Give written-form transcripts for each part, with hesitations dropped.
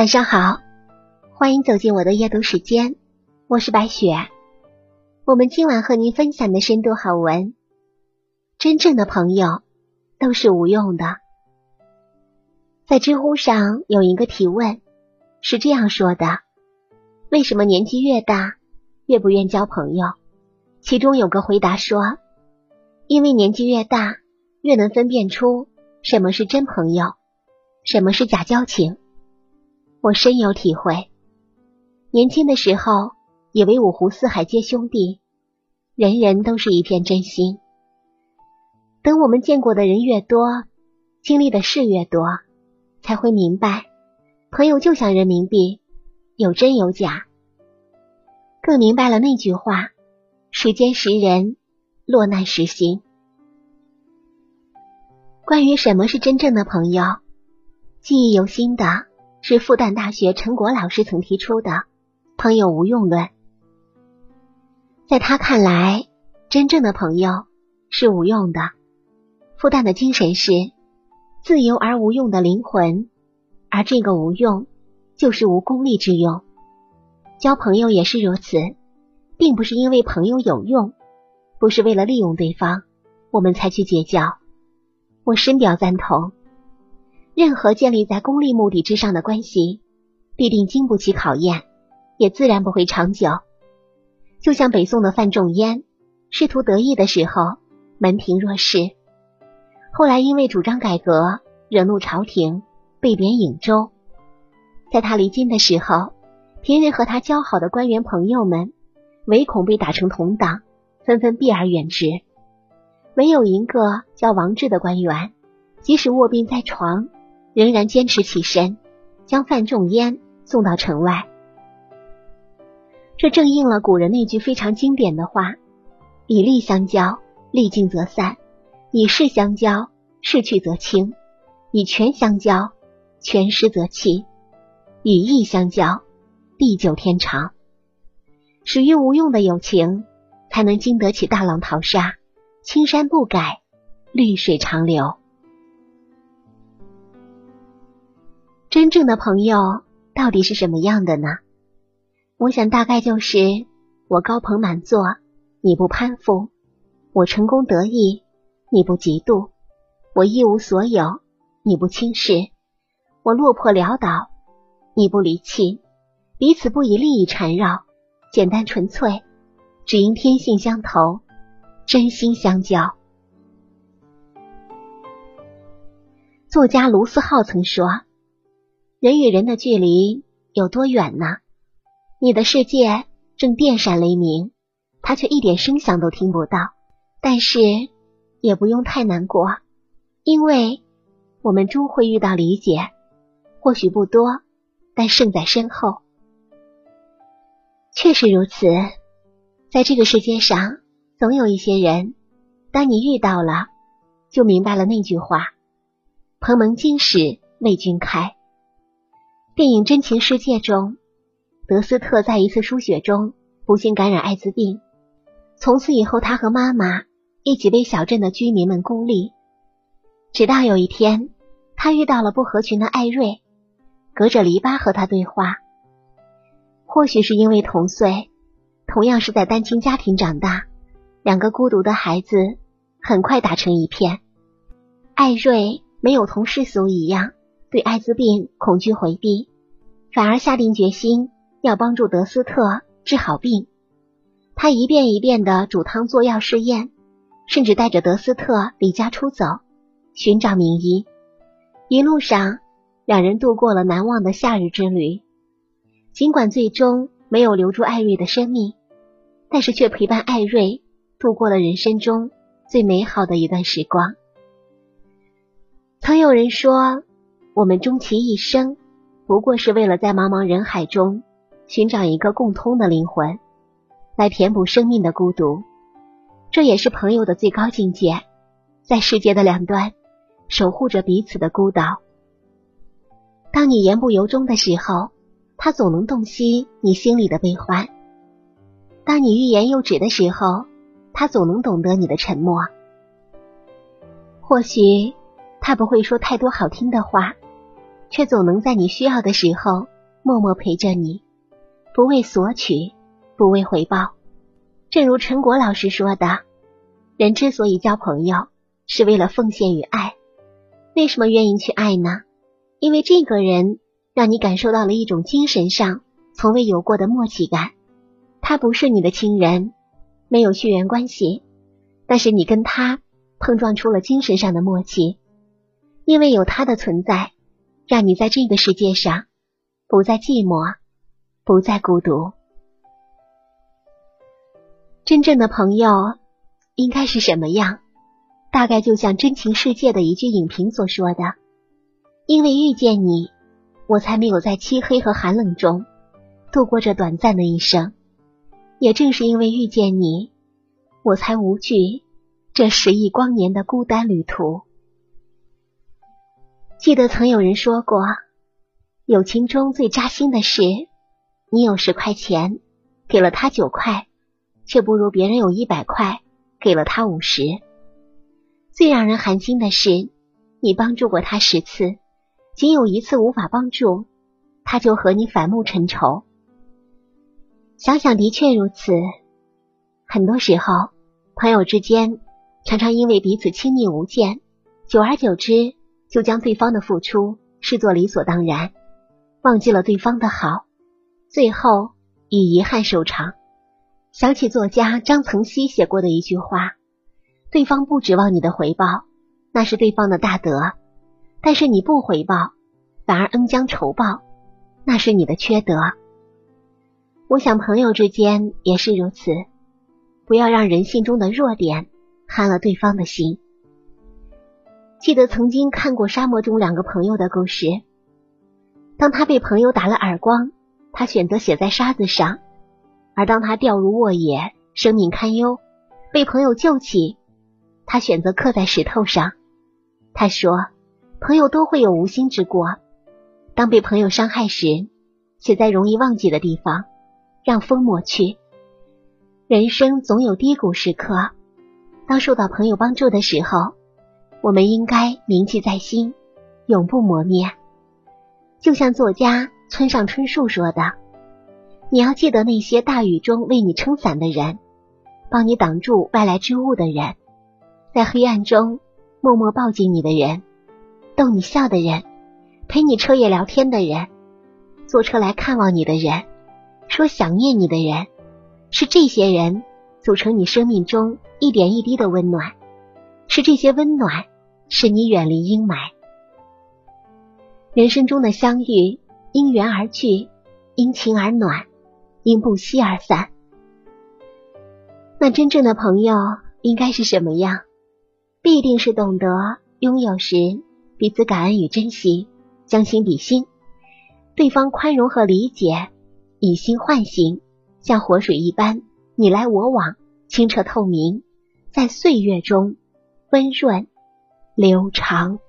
上好，欢迎走进我的夜读时间，我是白雪。我们今晚和您分享的深度好文，真正的朋友都是无用的。在知乎上有一个提问是这样说的：为什么年纪越大越不愿交朋友？其中有个回答说，因为年纪越大越能分辨出什么是真朋友，什么是假交情。我深有体会，年轻的时候以为五湖四海皆兄弟，人人都是一片真心。等我们见过的人越多，经历的事越多，才会明白，朋友就像人民币，有真有假。更明白了那句话，时间识人，落难识心。关于什么是真正的朋友，记忆犹新的是复旦大学陈果老师曾提出的朋友无用论。在他看来，真正的朋友是无用的。复旦的精神是自由而无用的灵魂，而这个无用就是无功利之用。交朋友也是如此，并不是因为朋友有用，不是为了利用对方，我们才去结交。我深表赞同，任何建立在功利目的之上的关系，必定经不起考验，也自然不会长久。就像北宋的范仲淹，仕途得意的时候，门庭若市，后来因为主张改革，惹怒朝廷，被贬颍州。在他离京的时候，平日和他交好的官员朋友们，唯恐被打成同党，纷纷避而远之。唯有一个叫王志的官员，即使卧病在床，仍然坚持起身，将范仲淹送到城外。这正应了古人那句非常经典的话：以利相交，利尽则散；以势相交，势去则轻；以权相交，权失则弃；以义相交，地久天长。始于无用的友情，才能经得起大浪淘沙，青山不改，绿水长流。真正的朋友到底是什么样的呢？我想大概就是我高朋满座，你不攀附；我成功得意，你不嫉妒；我一无所有，你不轻视；我落魄潦倒，你不离弃。彼此不以利益缠绕，简单纯粹，只因天性相投，真心相交。作家卢思浩曾说，人与人的距离有多远呢？你的世界正电闪雷鸣，他却一点声响都听不到。但是也不用太难过，因为我们终会遇到理解，或许不多，但胜在身后。确实如此，在这个世界上，总有一些人，当你遇到了，就明白了那句话：蓬门今始为君开。电影《真情世界》中，德斯特在一次输血中不幸感染艾滋病，从此以后他和妈妈一起为小镇的居民们孤立。直到有一天，他遇到了不合群的艾瑞，隔着篱笆和他对话。或许是因为同岁，同样是在单亲家庭长大，两个孤独的孩子很快打成一片。艾瑞没有同世俗一样对艾滋病恐惧回避，反而下定决心要帮助德斯特治好病。他一遍一遍地煮汤做药试验，甚至带着德斯特离家出走，寻找名医。一路上，两人度过了难忘的夏日之旅。尽管最终没有留住艾瑞的生命，但是却陪伴艾瑞度过了人生中最美好的一段时光。曾有人说，我们终其一生，不过是为了在茫茫人海中寻找一个共通的灵魂，来填补生命的孤独。这也是朋友的最高境界，在世界的两端守护着彼此的孤岛。当你言不由衷的时候，他总能洞悉你心里的悲欢；当你欲言又止的时候，他总能懂得你的沉默。或许他不会说太多好听的话，却总能在你需要的时候默默陪着你，不为索取，不为回报。正如陈果老师说的，人之所以交朋友，是为了奉献与爱。为什么愿意去爱呢？因为这个人让你感受到了一种精神上从未有过的默契感。他不是你的亲人，没有血缘关系，但是你跟他碰撞出了精神上的默契。因为有他的存在，让你在这个世界上不再寂寞，不再孤独。真正的朋友应该是什么样？大概就像真情世界的一句影评所说的，因为遇见你，我才没有在漆黑和寒冷中度过这短暂的一生，也正是因为遇见你，我才无惧这10亿光年的孤单旅途。记得曾有人说过，友情中最扎心的是，你有10块钱，给了他9块，却不如别人有100块，给了他50。最让人寒心的是，你帮助过他10次，仅有1次无法帮助，他就和你反目成仇。想想的确如此，很多时候，朋友之间常常因为彼此亲密无间，久而久之，就将对方的付出视作理所当然，忘记了对方的好，最后以遗憾收场。想起作家张曾熙写过的一句话，对方不指望你的回报，那是对方的大德，但是你不回报，反而恩将仇报，那是你的缺德。我想朋友之间也是如此，不要让人性中的弱点寒了对方的心。记得曾经看过沙漠中2个朋友的故事，当他被朋友打了耳光，他选择写在沙子上，而当他掉入沃野，生命堪忧，被朋友救起，他选择刻在石头上。他说，朋友都会有无心之过，当被朋友伤害时，写在容易忘记的地方，让风抹去。人生总有低谷时刻，当受到朋友帮助的时候，我们应该铭记在心，永不磨灭。就像作家村上春树说的，你要记得那些大雨中为你撑伞的人，帮你挡住外来之物的人，在黑暗中默默抱紧你的人，逗你笑的人，陪你彻夜聊天的人，坐车来看望你的人，说想念你的人，是这些人组成你生命中一点一滴的温暖，是这些温暖使你远离阴霾。人生中的相遇，因缘而聚，因情而暖，因不期而散。那真正的朋友应该是什么样？必定是懂得拥有时彼此感恩与珍惜，将心比心，对方宽容和理解，以心换心，像活水一般你来我往，清澈透明，在岁月中温润流长。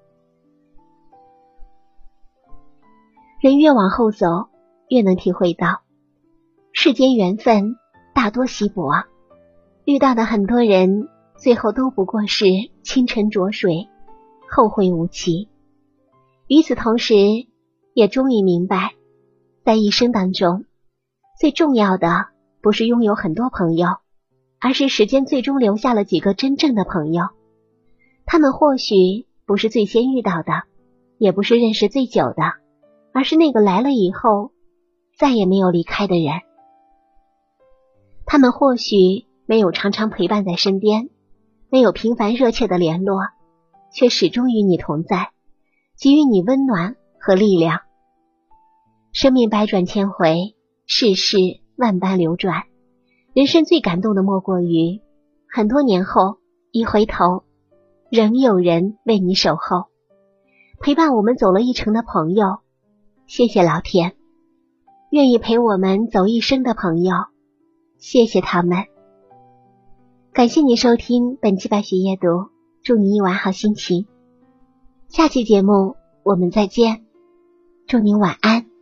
人越往后走，越能体会到世间缘分大多稀薄，遇到的很多人最后都不过是清晨浊水，后会无期。与此同时，也终于明白，在一生当中，最重要的不是拥有很多朋友，而是时间最终留下了几个真正的朋友。他们或许不是最先遇到的，也不是认识最久的，而是那个来了以后再也没有离开的人。他们或许没有常常陪伴在身边，没有频繁热切的联络，却始终与你同在，给予你温暖和力量。生命百转千回，世事万般流转，人生最感动的莫过于很多年后一回头，仍有人为你守候，陪伴我们走了一程的朋友，谢谢老天。愿意陪我们走一生的朋友，谢谢他们。感谢你收听本期白雪夜读，祝你一晚好心情。下期节目我们再见，祝您晚安。